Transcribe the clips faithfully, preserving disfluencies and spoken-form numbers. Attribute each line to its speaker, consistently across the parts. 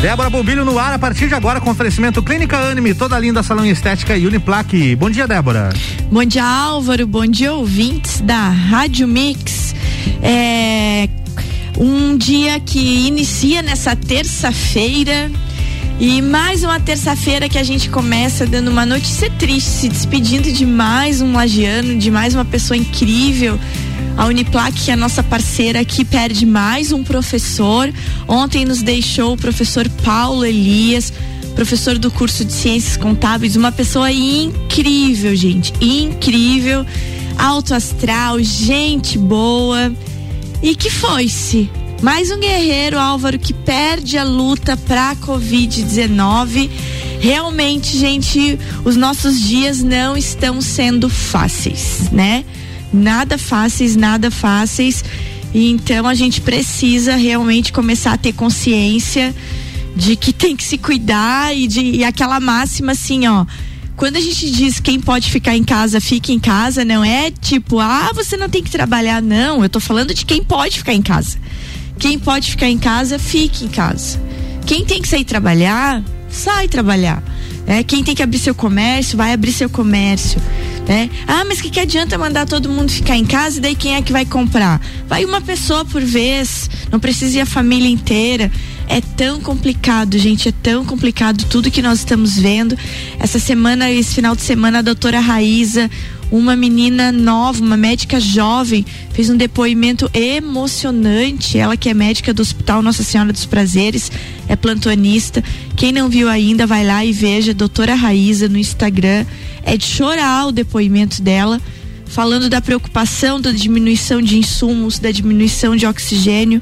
Speaker 1: Débora Bombilho no ar a partir de agora com oferecimento Clínica Anime, toda linda salão estética e Uniplaque. Bom dia, Débora.
Speaker 2: Bom dia, Álvaro. Bom dia, ouvintes da Rádio Mix. É um dia que inicia nessa terça-feira e mais uma terça-feira que a gente começa dando uma notícia triste, se despedindo de mais um lagiano, de mais uma pessoa incrível. A Uniplaque, que é a nossa parceira aqui, perde mais um professor. Ontem nos deixou o professor Paulo Elias, professor do curso de Ciências Contábeis, uma pessoa incrível, gente, incrível, alto astral, gente boa, e que foi-se. Mais um guerreiro, Álvaro, que perde a luta pra covid dezenove. Realmente, gente, os nossos dias não estão sendo fáceis, né? Nada fáceis, nada fáceis. E então a gente precisa realmente começar a ter consciência de que tem que se cuidar e de e aquela máxima assim, ó. Quando a gente diz quem pode ficar em casa, fique em casa, não é tipo, ah, você não tem que trabalhar, não. Eu tô falando de quem pode ficar em casa. Quem pode ficar em casa, fique em casa. Quem tem que sair trabalhar, sai trabalhar. É, quem tem que abrir seu comércio, vai abrir seu comércio. Né? Ah, mas que que adianta mandar todo mundo ficar em casa e daí quem é que vai comprar? Vai uma pessoa por vez, não precisa ir a família inteira. É tão complicado, gente, é tão complicado tudo que nós estamos vendo. Essa semana, esse final de semana, a doutora Raíza, uma menina nova, uma médica jovem, fez um depoimento emocionante. Ela que é médica do Hospital Nossa Senhora dos Prazeres, é plantonista. Quem não viu ainda, vai lá e veja, doutora Raíza no Instagram. É de chorar o depoimento dela, falando da preocupação, da diminuição de insumos, da diminuição de oxigênio.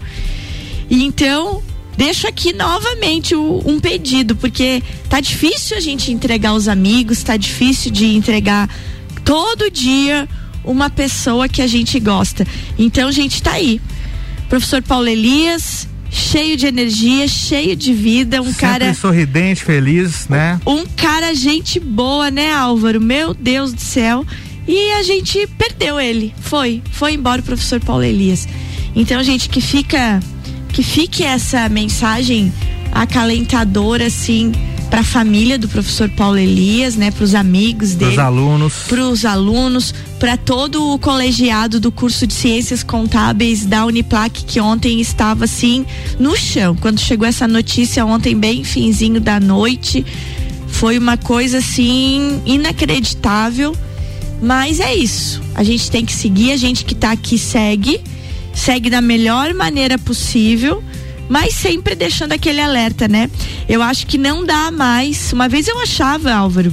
Speaker 2: E então, deixo aqui novamente o, um pedido, porque tá difícil a gente entregar os amigos, tá difícil de entregar todo dia uma pessoa que a gente gosta. Então, gente, tá aí. Professor Paulo Elias, cheio de energia, cheio de vida, um
Speaker 1: sempre
Speaker 2: cara
Speaker 1: sorridente, feliz, né?
Speaker 2: Um cara gente boa, né, Álvaro? Meu Deus do céu. E a gente perdeu ele. Foi, foi embora o professor Paulo Elias. Então, gente, que fica que fique essa mensagem acalentadora assim para a família do professor Paulo Elias, né, para os amigos dele,
Speaker 1: para os alunos,
Speaker 2: para os alunos, para todo o colegiado do curso de Ciências Contábeis da Uniplaque, que ontem estava assim no chão. Quando chegou essa notícia ontem, bem finzinho da noite, foi uma coisa assim inacreditável. Mas é isso. A gente tem que seguir, a gente que está aqui segue, segue da melhor maneira possível, mas sempre deixando aquele alerta, né? Eu acho que não dá mais. Uma vez eu achava, Álvaro,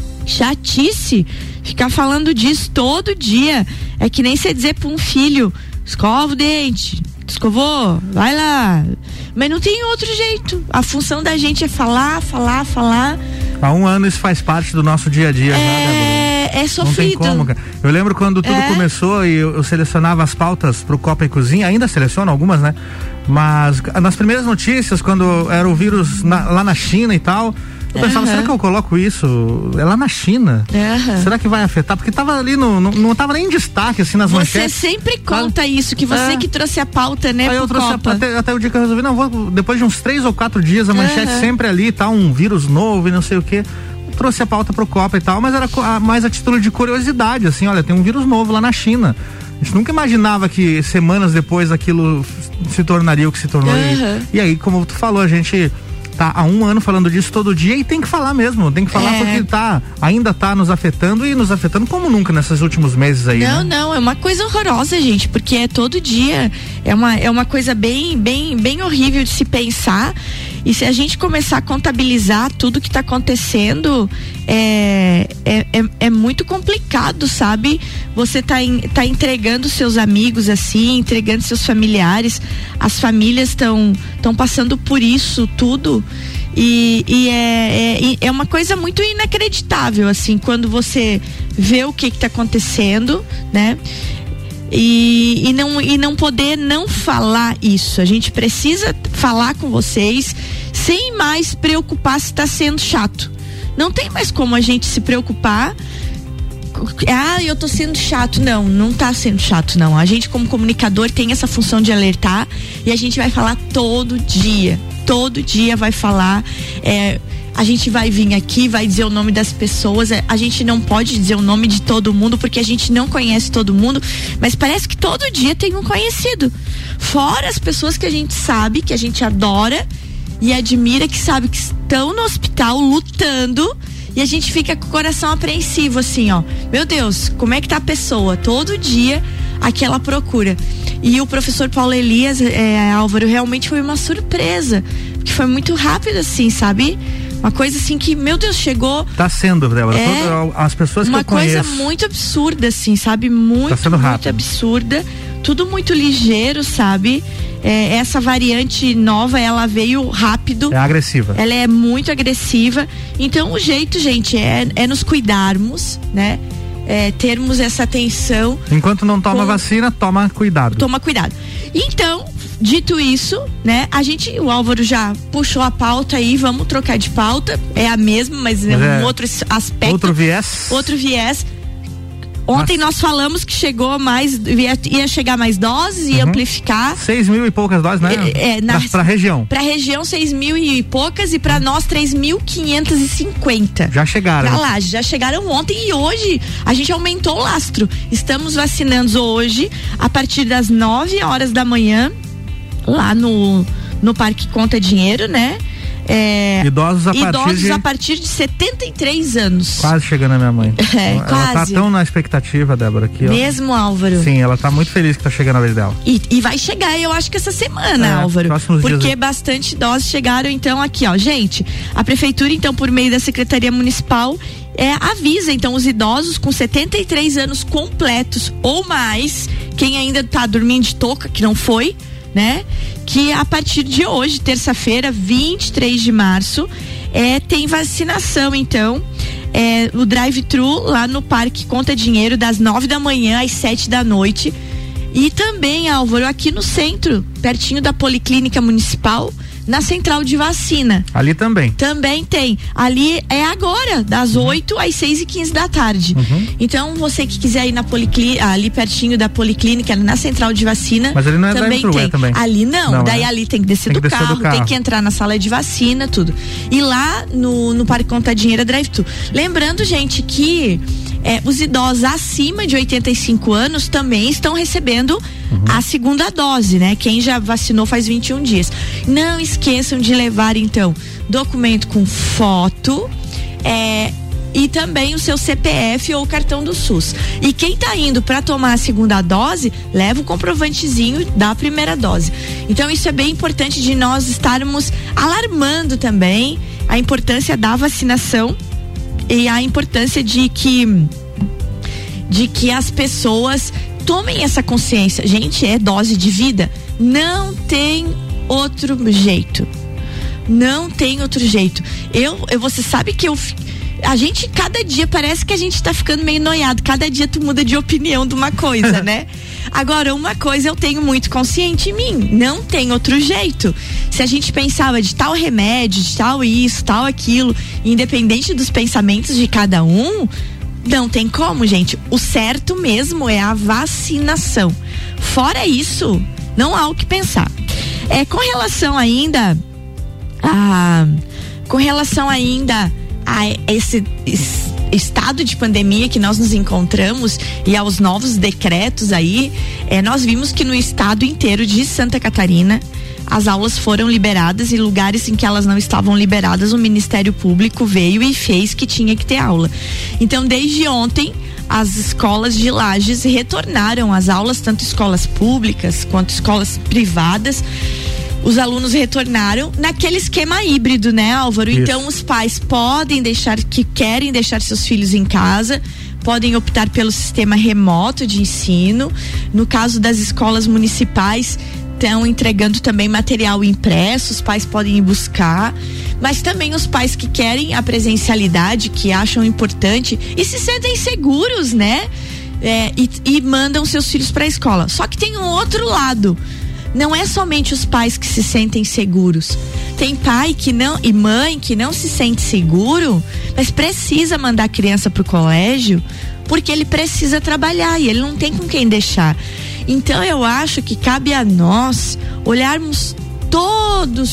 Speaker 2: chatice ficar falando disso todo dia. É que nem você dizer para um filho, escova o dente, escovou, vai lá. Mas não tem outro jeito. A função da gente é falar, falar, falar.
Speaker 1: Há um ano isso faz parte do nosso dia a dia.
Speaker 2: É, já, é sofrido.
Speaker 1: Não tem como, cara. Eu lembro quando tudo é. começou e eu, eu selecionava as pautas pro Copa e Cozinha, ainda seleciono algumas, né? Mas nas primeiras notícias, quando era o vírus na, lá na China e tal, eu pensava, uhum. será que eu coloco isso? É lá na China. Uhum. Será que vai afetar? Porque tava ali, no, no, não tava nem em destaque, assim, nas
Speaker 2: você
Speaker 1: manchetes.
Speaker 2: Você sempre conta isso, que você é. que trouxe a pauta, né,
Speaker 1: Aí eu trouxe
Speaker 2: Copa.
Speaker 1: A, até, até o dia que eu resolvi, não, vou, depois de uns três ou quatro dias, a manchete uhum. sempre ali, tá, um vírus novo e não sei o quê. Eu trouxe a pauta pro Copa e tal, mas era a, mais a título de curiosidade, assim, olha, tem um vírus novo lá na China. A gente nunca imaginava que semanas depois aquilo se tornaria o que se tornou. Uhum. E, e aí, como tu falou, a gente tá há um ano falando disso todo dia e tem que falar mesmo, tem que falar é. porque tá, ainda tá nos afetando e nos afetando como nunca nesses últimos meses aí.
Speaker 2: Não,
Speaker 1: né?
Speaker 2: não, é uma coisa horrorosa, gente, porque é todo dia, é uma, é uma coisa bem, bem, bem horrível de se pensar. E se a gente começar a contabilizar tudo que está acontecendo, é, é, é, é muito complicado, sabe? Você tá, in, tá entregando seus amigos assim, entregando seus familiares, as famílias estão estão passando por isso tudo. E, e é, é, é uma coisa muito inacreditável, assim, quando você vê o que está acontecendo, né? E, e, não, e não poder não falar isso. A gente precisa falar com vocês sem mais preocupar se está sendo chato. Não tem mais como a gente se preocupar. Ah, eu tô sendo chato. Não, não tá sendo chato, não. A gente, como comunicador, tem essa função de alertar e a gente vai falar todo dia. todo dia vai falar, é, a gente vai vir aqui, vai dizer o nome das pessoas, a gente não pode dizer o nome de todo mundo porque a gente não conhece todo mundo, mas parece que todo dia tem um conhecido, fora as pessoas que a gente sabe, que a gente adora e admira, que sabe que estão no hospital lutando, e a gente fica com o coração apreensivo assim, ó, meu Deus, como é que tá a pessoa? Todo dia aquela procura. E o professor Paulo Elias, é, Álvaro, realmente foi uma surpresa, porque foi muito rápido assim, sabe? Uma coisa assim que, meu Deus, chegou.
Speaker 1: Tá sendo, Débora. É Todo, as pessoas que eu conheço.
Speaker 2: Uma coisa muito absurda, assim, sabe? Muito,
Speaker 1: tá sendo rápido.
Speaker 2: Muito absurda. Tudo muito ligeiro, sabe? É, essa variante nova, ela veio rápido.
Speaker 1: É agressiva.
Speaker 2: Ela é muito agressiva. Então, o jeito, gente, é, é nos cuidarmos, né? É, termos essa atenção.
Speaker 1: Enquanto não toma com... vacina, toma cuidado.
Speaker 2: Toma cuidado. Então, dito isso, né, a gente, o Álvaro já puxou a pauta aí, vamos trocar de pauta, é a mesma, mas, mas é um é outro aspecto.
Speaker 1: Outro viés.
Speaker 2: Outro viés. Ontem Nossa. nós falamos que chegou mais, ia, ia chegar mais doses, ia uhum. amplificar.
Speaker 1: Seis mil e poucas doses, né?
Speaker 2: É, é, na,
Speaker 1: pra, pra região.
Speaker 2: Pra região, seis mil e poucas, e pra uhum. nós, três mil quinhentos e cinquenta.
Speaker 1: Já chegaram.
Speaker 2: Pra lá, já chegaram ontem, e hoje a gente aumentou o lastro. Estamos vacinando hoje, a partir das nove horas da manhã, lá no, no Parque Conta Dinheiro, né? É,
Speaker 1: idosos a
Speaker 2: idosos
Speaker 1: partir de...
Speaker 2: a partir de setenta e três anos.
Speaker 1: Quase chegando a minha mãe.
Speaker 2: É,
Speaker 1: ela
Speaker 2: quase.
Speaker 1: Tá tão na expectativa, Débora, aqui, ó.
Speaker 2: Mesmo, Álvaro?
Speaker 1: Sim, ela tá muito feliz que tá chegando a vez dela.
Speaker 2: E, e vai chegar, eu acho que essa semana, é, Álvaro. Porque dias... bastante idosos chegaram, então, aqui, ó. Gente, a prefeitura, então, por meio da Secretaria Municipal, é, avisa, então, os idosos com setenta e três anos completos ou mais, quem ainda tá dormindo de touca, que não foi, né? Que a partir de hoje, terça-feira, vinte e três de março, é, tem vacinação, então, é, o drive-thru lá no Parque Conta Dinheiro, das nove da manhã às sete da noite. E também, Álvaro, aqui no centro, pertinho da Policlínica Municipal, na central de vacina.
Speaker 1: Ali também.
Speaker 2: Também tem. Ali é agora, das uhum. oito às seis e quinze da tarde. Uhum. Então, você que quiser ir na policlínica, ali pertinho da Policlínica, na central de vacina.
Speaker 1: Mas ali não é
Speaker 2: também
Speaker 1: tem.
Speaker 2: É também. Ali não. não Daí é. ali tem que descer, tem do, que descer carro, do carro, tem que entrar na sala de vacina, tudo. E lá no, no Parque Conta Dinheiro é drive-thru. Lembrando, gente, que é, os idosos acima de oitenta e cinco anos também estão recebendo uhum. a segunda dose, né? Quem já vacinou faz vinte e um dias. Não esqueçam de levar, então, documento com foto, é, e também o seu C P F ou cartão do SUS. E quem tá indo para tomar a segunda dose, leva o comprovantezinho da primeira dose. Então, isso é bem importante de nós estarmos alarmando também a importância da vacinação e a importância de que de que as pessoas tomem essa consciência. Gente, é dose de vida. Não tem outro jeito. Não tem outro jeito. Eu, eu você sabe que eu a gente, cada dia, parece que a gente tá ficando meio noiado. Cada dia tu muda de opinião de uma coisa, né? Agora, uma coisa eu tenho muito consciente em mim. Não tem outro jeito. Se a gente pensava de tal remédio, de tal isso, tal aquilo, independente dos pensamentos de cada um, não tem como, gente. O certo mesmo é a vacinação. Fora isso, não há o que pensar. É, com relação ainda a... Com relação ainda... a esse, esse estado de pandemia que nós nos encontramos e aos novos decretos aí, é, nós vimos que no estado inteiro de Santa Catarina as aulas foram liberadas, e lugares em que elas não estavam liberadas, o Ministério Público veio e fez que tinha que ter aula. Então, desde ontem, as escolas de Lages retornaram às aulas, tanto escolas públicas quanto escolas privadas. Os alunos retornaram naquele esquema híbrido, né, Álvaro? Isso. Então, os pais podem deixar, que querem deixar seus filhos em casa, podem optar pelo sistema remoto de ensino. No caso das escolas municipais, estão entregando também material impresso, os pais podem ir buscar. Mas também os pais que querem a presencialidade, que acham importante e se sentem seguros, né? É, e, e mandam seus filhos para a escola. Só que tem um outro lado. Não é somente os pais que se sentem seguros. Tem pai que não, e mãe que não se sente seguro, mas precisa mandar a criança pro colégio porque ele precisa trabalhar e ele não tem com quem deixar. Então eu acho que cabe a nós olharmos todos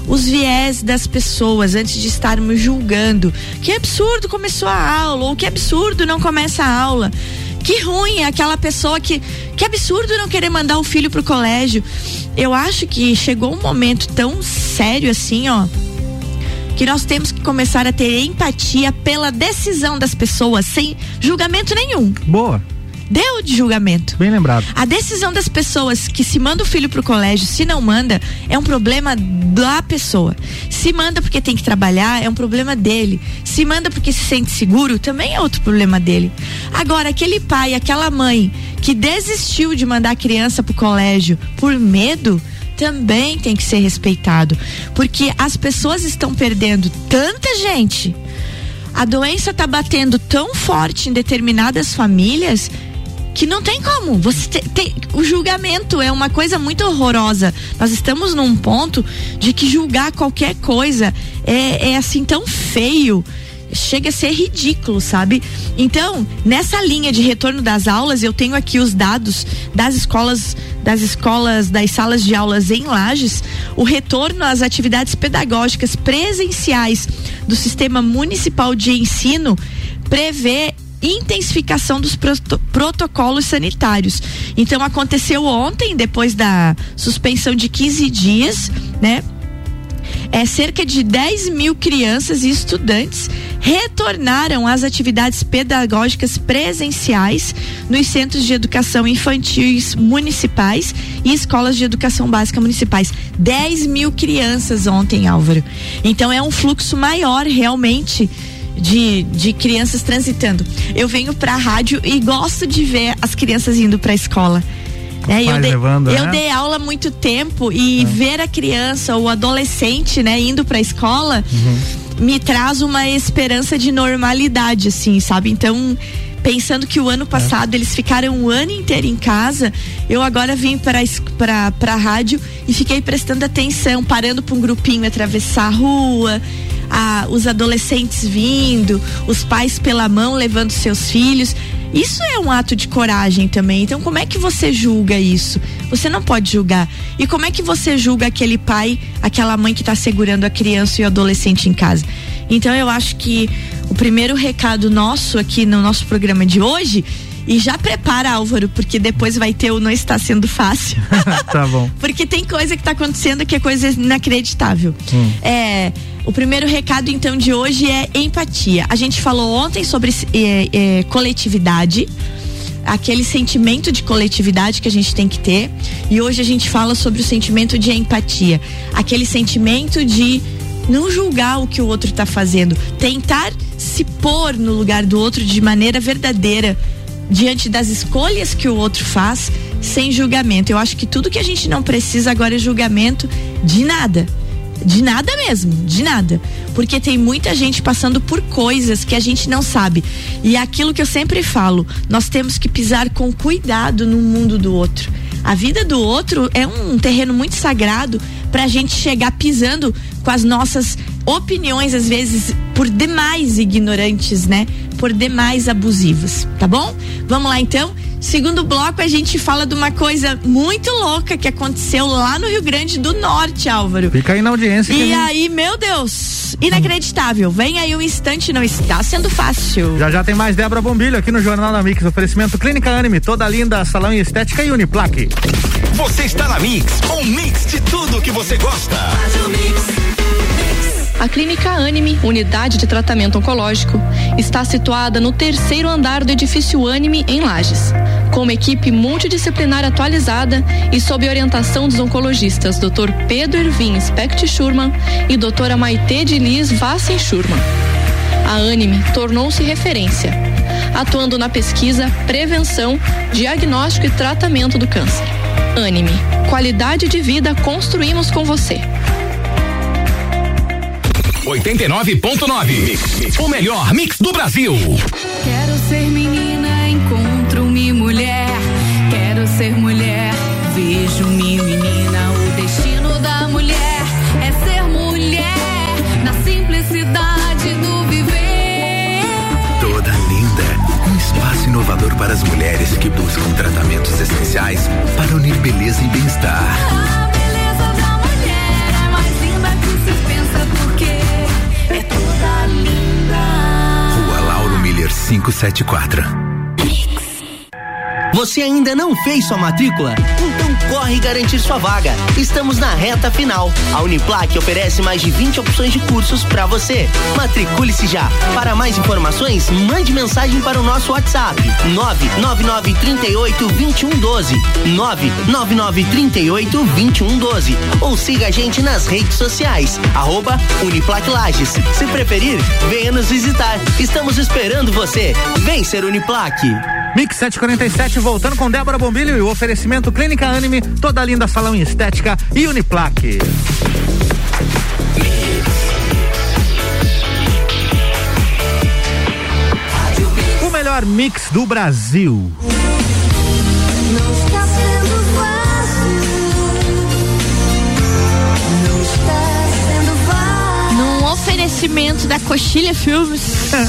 Speaker 2: os viés das pessoas antes de estarmos julgando. Que absurdo começou a aula, ou que absurdo não começa a aula. Que ruim é aquela pessoa que, que absurdo não querer mandar o filho pro colégio. Eu acho que chegou um momento tão sério assim, ó, que nós temos que começar a ter empatia pela decisão das pessoas, sem julgamento nenhum.
Speaker 1: Boa.
Speaker 2: Deu de julgamento.
Speaker 1: Bem lembrado.
Speaker 2: A decisão das pessoas que se manda o filho pro colégio, se não manda, é um problema da pessoa. Se manda porque tem que trabalhar, é um problema dele. Se manda porque se sente seguro, também é outro problema dele. Agora, aquele pai, aquela mãe que desistiu de mandar a criança pro colégio por medo, também tem que ser respeitado. Porque as pessoas estão perdendo tanta gente. A doença tá batendo tão forte em determinadas famílias que não tem como. Você te, tem, o julgamento é uma coisa muito horrorosa. Nós estamos num ponto de que julgar qualquer coisa é, é assim tão feio. Chega a ser ridículo, sabe? Então, nessa linha de retorno das aulas, eu tenho aqui os dados das escolas, das escolas, das salas de aulas em Lages. O retorno às atividades pedagógicas presenciais do Sistema Municipal de Ensino prevê intensificação dos proto- protocolos sanitários. Então, aconteceu ontem, depois da suspensão de quinze dias, né? É, cerca de dez mil crianças e estudantes retornaram às atividades pedagógicas presenciais nos centros de educação infantis municipais e escolas de educação básica municipais. dez mil crianças ontem, Álvaro. Então é um fluxo maior realmente de, de crianças transitando. Eu venho pra rádio e gosto de ver as crianças indo pra escola. É, eu, dei, levando, eu né? dei aula há muito tempo e é. ver a criança ou adolescente, né, indo pra escola, uhum. me traz uma esperança de normalidade, assim, sabe? Então, pensando que o ano passado é. eles ficaram um ano inteiro em casa, eu agora vim pra, pra, pra rádio e fiquei prestando atenção, parando pra um grupinho atravessar a rua, a, os adolescentes vindo, os pais pela mão levando seus filhos. Isso é um ato de coragem também. Então, como é que você julga isso? Você não pode julgar. E como é que você julga aquele pai, aquela mãe que está segurando a criança e o adolescente em casa? Então, eu acho que o primeiro recado nosso aqui no nosso programa de hoje, e já prepara, Álvaro, porque depois vai ter o Não Está Sendo Fácil.
Speaker 1: Tá bom.
Speaker 2: Porque tem coisa que está acontecendo que é coisa inacreditável. Hum. É, o primeiro recado, então, de hoje é empatia. A gente falou ontem sobre é, é, coletividade, aquele sentimento de coletividade que a gente tem que ter, e hoje a gente fala sobre o sentimento de empatia, aquele sentimento de não julgar o que o outro está fazendo, tentar se pôr no lugar do outro de maneira verdadeira, diante das escolhas que o outro faz, sem julgamento. Eu acho que tudo que a gente não precisa agora é julgamento de nada. De nada mesmo, de nada. Porque tem muita gente passando por coisas que a gente não sabe. E é aquilo que eu sempre falo, nós temos que pisar com cuidado no mundo do outro. A vida do outro é um terreno muito sagrado pra gente chegar pisando com as nossas opiniões, às vezes por demais ignorantes, né? Por demais abusivas, tá bom? Vamos lá então. Segundo bloco, a gente fala de uma coisa muito louca que aconteceu lá no Rio Grande do Norte, Álvaro.
Speaker 1: Fica aí na audiência.
Speaker 2: E aí, meu Deus, inacreditável. Vem aí um instante, não está sendo fácil.
Speaker 1: Já já tem mais Débora Bombilho aqui no Jornal da Mix. Oferecimento Clínica Anime, toda linda, salão e estética e Uniplaque.
Speaker 3: Você está na Mix, um mix de tudo que você gosta.
Speaker 4: A Clínica Anime, unidade de tratamento oncológico, está situada no terceiro andar do edifício Anime, em Lages. Com uma equipe multidisciplinar atualizada e sob orientação dos oncologistas doutor Pedro Ervin Specht Schurman e doutora Maite de Liz Vassen Schurman. A Anime tornou-se referência, atuando na pesquisa, prevenção, diagnóstico e tratamento do câncer. Anime, qualidade de vida construímos com você.
Speaker 3: oitenta e nove ponto nove. O melhor mix do Brasil.
Speaker 5: Quero ser menina, encontro-me mulher. Quero ser mulher, vejo-me menina. O destino da mulher é ser mulher, na simplicidade do viver.
Speaker 6: Toda linda, um espaço inovador para as mulheres que buscam tratamentos essenciais para unir beleza e bem-estar.
Speaker 5: A beleza da mulher é mais linda que o
Speaker 6: cinco sete quatro.
Speaker 7: Você ainda não fez sua matrícula? Então corre garantir sua vaga. Estamos na reta final. A Uniplac oferece mais de vinte opções de cursos para você. Matricule-se já. Para mais informações, mande mensagem para o nosso WhatsApp nove nove nove três oito dois um um doze nove nove nove três oito dois um um doze ou siga a gente nas redes sociais arroba Uniplac Lages. Se preferir, venha nos visitar. Estamos esperando você. Vem ser Uniplac.
Speaker 1: Mix sete quarenta e sete, voltando com Débora Bombilho e o oferecimento Clínica Anime, toda linda salão em estética e Uniplac. O melhor mix do Brasil.
Speaker 5: Não está sendo fácil. Não está sendo fácil.
Speaker 2: Num oferecimento da Coxilha Filmes.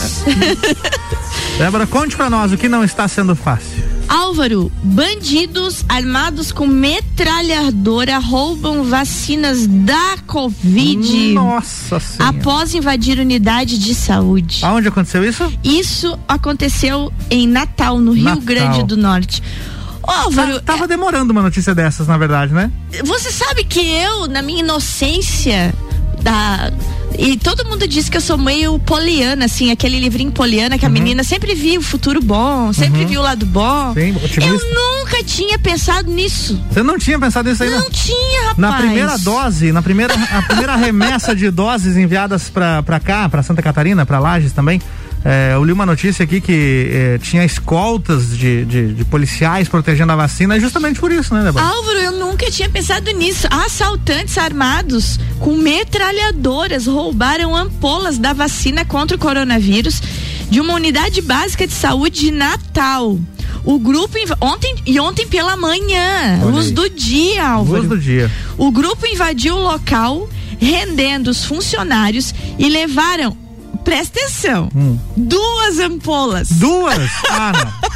Speaker 1: Débora, conte pra nós o que não está sendo fácil.
Speaker 2: Álvaro, bandidos armados com metralhadora roubam vacinas da Covid.
Speaker 1: Nossa Senhora.
Speaker 2: Após invadir unidade de saúde.
Speaker 1: Aonde aconteceu isso?
Speaker 2: Isso aconteceu em Natal, no
Speaker 1: Natal.
Speaker 2: Rio Grande do Norte. Ô, Álvaro,
Speaker 1: Tá- tava demorando uma notícia dessas, na verdade, né?
Speaker 2: você sabe que eu, na minha inocência, da... e todo mundo diz que eu sou meio poliana, assim, aquele livrinho poliana que a menina sempre via o futuro bom, sempre viu o lado bom.
Speaker 1: Sim, otimista.
Speaker 2: Eu nunca tinha pensado nisso.
Speaker 1: Você não tinha pensado nisso aí,
Speaker 2: Não
Speaker 1: né?
Speaker 2: tinha, rapaz.
Speaker 1: Na primeira dose, na primeira, a primeira remessa de doses enviadas pra, pra cá, pra Santa Catarina, pra Lages também, é, eu li uma notícia aqui que é, tinha escoltas de, de, de policiais protegendo a vacina, justamente por isso, né, Débora?
Speaker 2: Álvaro, eu nunca tinha pensado nisso. Assaltantes armados com metralhadoras roubaram ampolas da vacina contra o coronavírus de uma unidade básica de saúde de Natal. O grupo inv... ontem e ontem pela manhã,
Speaker 1: Olha
Speaker 2: luz
Speaker 1: aí.
Speaker 2: do dia, Álvaro.
Speaker 1: Luz do dia.
Speaker 2: O grupo invadiu o local, rendendo os funcionários e levaram, presta atenção,
Speaker 1: Hum.
Speaker 2: duas ampolas.
Speaker 1: Duas? Ah, não.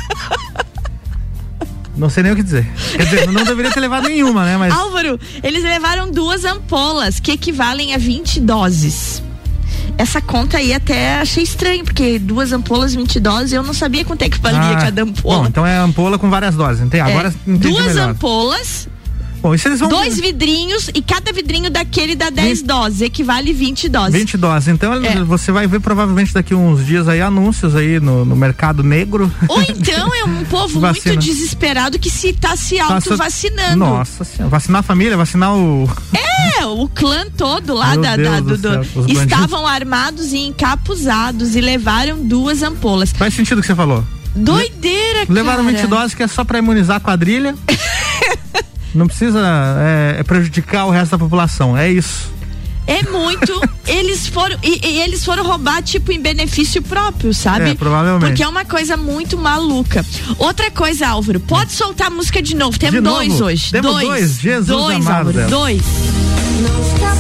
Speaker 1: Não sei nem o que dizer. Quer dizer, não deveria ter levado nenhuma, né? Mas
Speaker 2: Álvaro, eles levaram duas ampolas que equivalem a vinte doses. Essa conta aí até achei estranho, porque duas ampolas, vinte doses, eu não sabia quanto é que valia
Speaker 1: Ah,
Speaker 2: cada ampola.
Speaker 1: Bom, então é ampola com várias doses. Entendi. Agora
Speaker 2: É,
Speaker 1: entendi
Speaker 2: duas
Speaker 1: melhor.
Speaker 2: ampolas,
Speaker 1: Bom, e se eles vão
Speaker 2: dois vidrinhos e cada vidrinho daquele dá dez
Speaker 1: Vinte-
Speaker 2: doses, equivale vinte doses.
Speaker 1: vinte doses. Então
Speaker 2: É.
Speaker 1: você vai ver provavelmente daqui uns dias aí anúncios aí no, no mercado negro.
Speaker 2: Ou então é um povo
Speaker 1: Vacina.
Speaker 2: muito desesperado que se tá se
Speaker 1: Passa-
Speaker 2: auto-vacinando.
Speaker 1: Nossa Senhora. Vacinar a família, vacinar o.
Speaker 2: É, o clã todo lá
Speaker 1: Meu
Speaker 2: da,
Speaker 1: Deus
Speaker 2: da-
Speaker 1: do
Speaker 2: do,
Speaker 1: céu,
Speaker 2: do-
Speaker 1: os bandidos.
Speaker 2: estavam armados e encapuzados e levaram duas ampolas.
Speaker 1: Faz sentido o que você falou.
Speaker 2: Doideira, cara.
Speaker 1: Levaram vinte doses que é só pra imunizar a quadrilha. Não precisa é, é prejudicar o resto da população. É isso.
Speaker 2: É muito. Eles foram e, e eles foram roubar tipo em benefício próprio, sabe?
Speaker 1: É, provavelmente.
Speaker 2: Porque é uma coisa muito maluca. Outra coisa, Álvaro, pode soltar a música de novo. Temos
Speaker 1: De
Speaker 2: dois
Speaker 1: novo?
Speaker 2: hoje.
Speaker 1: Temos
Speaker 2: dois.
Speaker 1: dois? Jesus
Speaker 2: dois,
Speaker 1: amado
Speaker 2: Álvaro.
Speaker 1: dela.
Speaker 2: Dois.
Speaker 5: Não está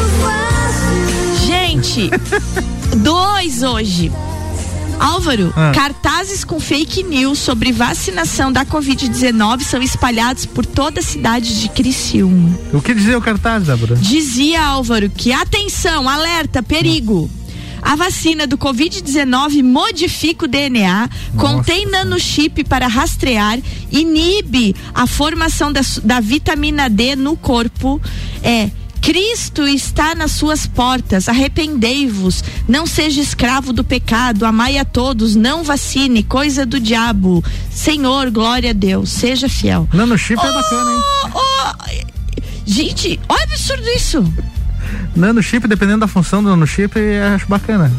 Speaker 5: sendo fácil.
Speaker 2: Gente, dois hoje. Álvaro,
Speaker 1: Ah.
Speaker 2: cartazes com fake news sobre vacinação da covid dezenove são espalhados por toda a cidade de Criciúma.
Speaker 1: O que dizia o cartaz, Débora?
Speaker 2: Dizia, Álvaro, que atenção, alerta, perigo. A vacina do covid dezenove modifica o D N A, contém nanochip para rastrear, inibe a formação da, su- da vitamina D no corpo. É. Cristo está nas suas portas, arrependei-vos, não seja escravo do pecado, amai a todos, não vacine, coisa do diabo. Senhor, glória a Deus, seja fiel.
Speaker 1: Nanochip é bacana, hein?
Speaker 2: Oh, oh, gente, olha absurdo isso.
Speaker 1: Nanochip, dependendo da função do nanochip, eu acho bacana.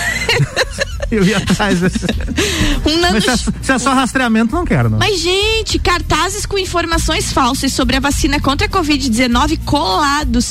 Speaker 1: Eu ia atrás desse.
Speaker 2: Um
Speaker 1: Mas se é,
Speaker 2: nanochip.
Speaker 1: se é só rastreamento, não quero, não.
Speaker 2: Mas, gente, cartazes com informações falsas sobre a vacina contra a covid dezenove colados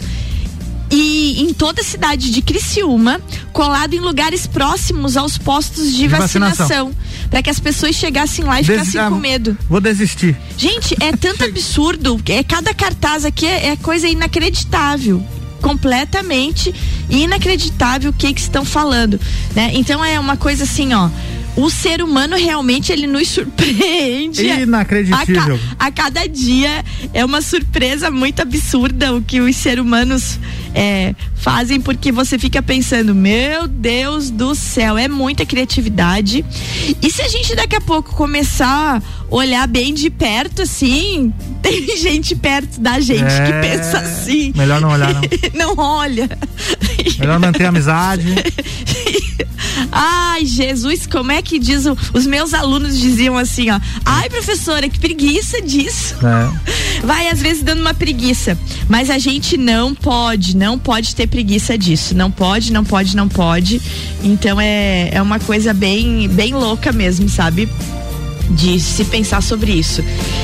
Speaker 2: e em toda a cidade de Criciúma, colado em lugares próximos aos postos de,
Speaker 1: De vacinação.
Speaker 2: vacinação, para que as pessoas chegassem lá e
Speaker 1: Desi-
Speaker 2: ficassem
Speaker 1: ah,
Speaker 2: com medo.
Speaker 1: Vou desistir.
Speaker 2: Gente, é tanto absurdo, é cada cartaz aqui é, é coisa inacreditável. Completamente inacreditável o que que estão falando, né? Então é uma coisa assim, ó. O ser humano realmente ele nos surpreende.
Speaker 1: Inacreditável.
Speaker 2: A, ca- a cada dia é uma surpresa muito absurda o que os seres humanos é, fazem porque você fica pensando, meu Deus do céu, é muita criatividade. E se a gente daqui a pouco começar a olhar bem de perto, assim, tem gente perto da gente é, que pensa assim.
Speaker 1: Melhor não olhar, não.
Speaker 2: Não olha.
Speaker 1: Melhor manter a amizade.
Speaker 2: Ai, Jesus, como é que diz o, os meus alunos diziam assim, ó, ai, professora, que preguiça disso. É. Vai às vezes dando uma preguiça, mas a gente não pode, não pode ter preguiça disso, não pode, não pode, não pode. Então é, é uma coisa bem, bem louca mesmo, sabe? De se pensar sobre isso.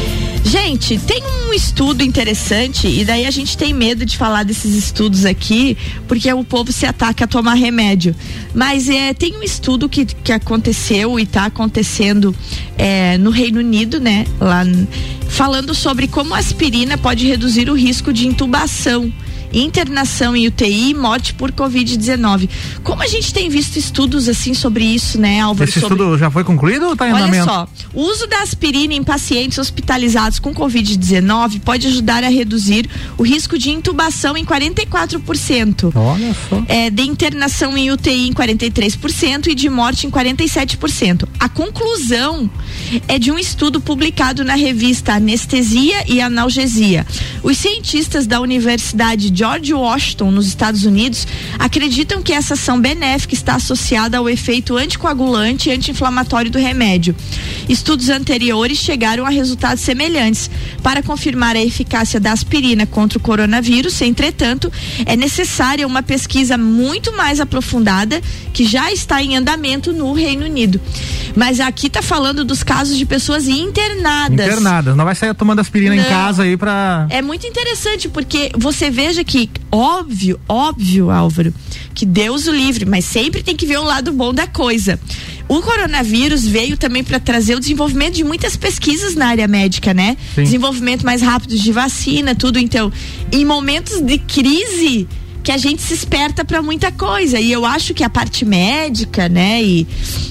Speaker 2: Gente, tem um estudo interessante e daí a gente tem medo de falar desses estudos aqui porque o povo se ataca a tomar remédio, mas é, tem um estudo que, que aconteceu e está acontecendo é, no Reino Unido, né, lá, falando sobre como a aspirina pode reduzir o risco de intubação, internação em U T I e morte por covid dezenove. Como a gente tem visto estudos assim sobre isso, né, Álvaro?
Speaker 1: Esse
Speaker 2: sobre...
Speaker 1: estudo já foi concluído ou está em andamento?
Speaker 2: Olha só, o uso da aspirina em pacientes hospitalizados com covid dezenove pode ajudar a reduzir o risco de intubação em quarenta e quatro por cento.
Speaker 1: Olha só.
Speaker 2: É, de internação em U T I em quarenta e três por cento e de morte em quarenta e sete por cento. A conclusão é de um estudo publicado na revista Anestesia e Analgesia. Os cientistas da Universidade de George Washington, nos Estados Unidos, acreditam que essa ação benéfica está associada ao efeito anticoagulante e anti-inflamatório do remédio. Estudos anteriores chegaram a resultados semelhantes. Para confirmar a eficácia da aspirina contra o coronavírus, entretanto, é necessária uma pesquisa muito mais aprofundada que já está em andamento no Reino Unido. Mas aqui está falando dos casos de pessoas internadas.
Speaker 1: Internadas, não vai sair tomando aspirina não. em casa aí pra...
Speaker 2: É muito interessante porque você veja que, óbvio, óbvio, Álvaro, que Deus o livre, mas sempre tem que ver o lado bom da coisa. O coronavírus veio também para trazer o desenvolvimento de muitas pesquisas na área médica, né? Sim. Desenvolvimento mais rápido de vacina, tudo. Então, em momentos de crise que a gente se esperta para muita coisa, e eu acho que a parte médica, né, e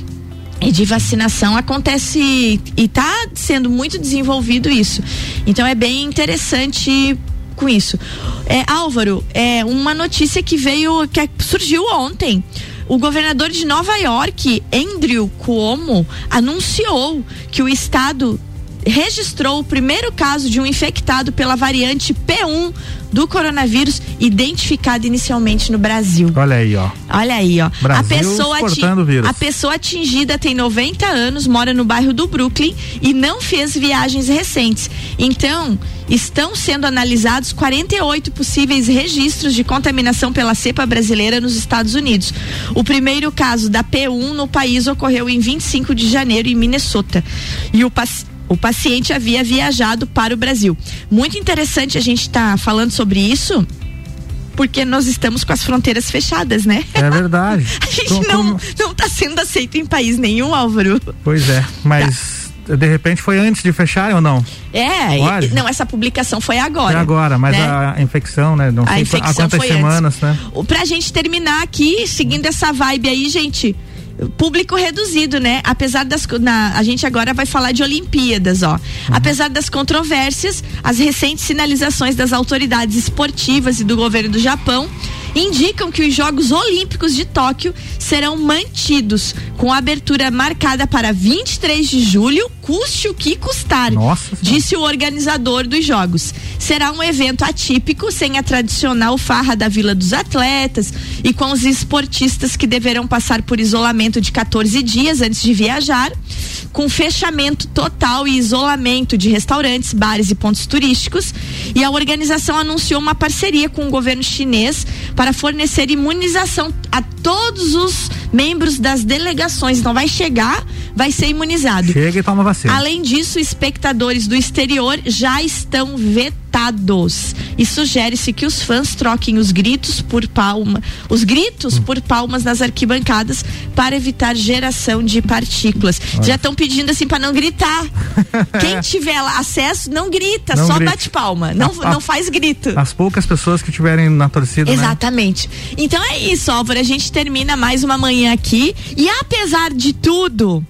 Speaker 2: E de vacinação acontece e está sendo muito desenvolvido isso. Então é bem interessante com isso. É, Álvaro, é uma notícia que veio, que surgiu ontem. O governador de Nova York, Andrew Cuomo, anunciou que o estado registrou o primeiro caso de um infectado pela variante P um do coronavírus, identificado inicialmente no Brasil.
Speaker 1: Olha aí, ó.
Speaker 2: Olha aí, ó.
Speaker 1: Brasil
Speaker 2: a pessoa
Speaker 1: exportando vírus.
Speaker 2: A pessoa atingida tem noventa anos, mora no bairro do Brooklyn e não fez viagens recentes. Então, estão sendo analisados quarenta e oito possíveis registros de contaminação pela cepa brasileira nos Estados Unidos. O primeiro caso da P um no país ocorreu em vinte e cinco de janeiro em Minnesota. E o paciente O paciente havia viajado para o Brasil. Muito interessante a gente estar tá falando sobre isso, porque nós estamos com as fronteiras fechadas, né?
Speaker 1: É verdade.
Speaker 2: A gente com, não, com... não tá sendo aceito em país nenhum, Álvaro.
Speaker 1: Pois é, mas tá. De repente foi antes de fecharem ou não?
Speaker 2: É, e, não, essa publicação foi agora.
Speaker 1: Foi agora, mas né? a infecção, né? Não
Speaker 2: a
Speaker 1: sei
Speaker 2: infecção
Speaker 1: há quantas
Speaker 2: foi
Speaker 1: semanas,
Speaker 2: antes.
Speaker 1: né?
Speaker 2: Pra gente terminar aqui, seguindo essa vibe aí, gente, público reduzido, né? Apesar das, na, a gente agora vai falar de Olimpíadas, ó. Uhum. Apesar das controvérsias, as recentes sinalizações das autoridades esportivas e do governo do Japão indicam que os Jogos Olímpicos de Tóquio serão mantidos, com a abertura marcada para vinte e três de julho, custe o que custar.
Speaker 1: Nossa,
Speaker 2: disse o organizador dos Jogos. Será um evento atípico, sem a tradicional farra da Vila dos Atletas e com os esportistas que deverão passar por isolamento de quatorze dias antes de viajar, com fechamento total e isolamento de restaurantes, bares e pontos turísticos. E a organização anunciou uma parceria com o governo chinês para fornecer imunização a todos os membros das delegações. Então vai chegar, vai ser imunizado.
Speaker 1: Chega e toma vacina.
Speaker 2: Além disso, espectadores do exterior já estão vetados. E sugere-se que os fãs troquem os gritos por palma, os gritos hum. por palmas nas arquibancadas para evitar geração de partículas. Olha. Já estão pedindo assim para não gritar. Quem tiver lá acesso, não grita, não só grite. Bate palma, não, a, não faz grito.
Speaker 1: As poucas pessoas que estiverem na torcida,
Speaker 2: exatamente. Né? Então é isso, Álvaro, a gente termina mais uma manhã aqui e apesar de tudo,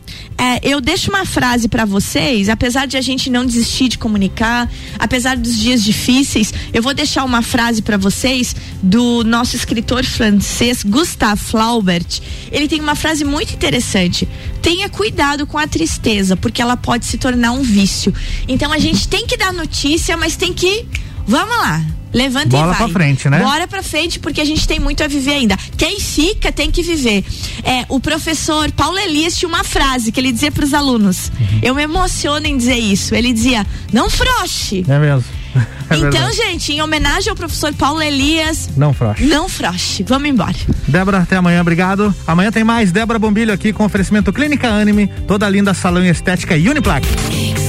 Speaker 2: é, eu deixo uma frase pra vocês, apesar de a gente não desistir de comunicar, apesar dos dias difíceis, eu vou deixar uma frase pra vocês do nosso escritor francês Gustave Flaubert. Ele tem uma frase muito interessante: tenha cuidado com a tristeza, porque ela pode se tornar um vício. Então a gente tem que dar notícia, mas tem que, vamos lá, levanta
Speaker 1: Bola
Speaker 2: e vai.
Speaker 1: pra frente, né?
Speaker 2: Bora pra frente, porque a gente tem muito a viver ainda. Quem fica tem que viver. É, o professor Paulo Elias tinha uma frase que ele dizia pros alunos. Uhum. Eu me emociono em dizer isso. Ele dizia: não froche.
Speaker 1: É mesmo. É
Speaker 2: então,
Speaker 1: verdade.
Speaker 2: gente, em homenagem ao professor Paulo Elias,
Speaker 1: não froche.
Speaker 2: Não froche. Vamos embora.
Speaker 1: Débora, até amanhã, obrigado. Amanhã tem mais Débora Bombilho aqui com oferecimento Clínica Anime, toda linda salão e estética e Uniplaque.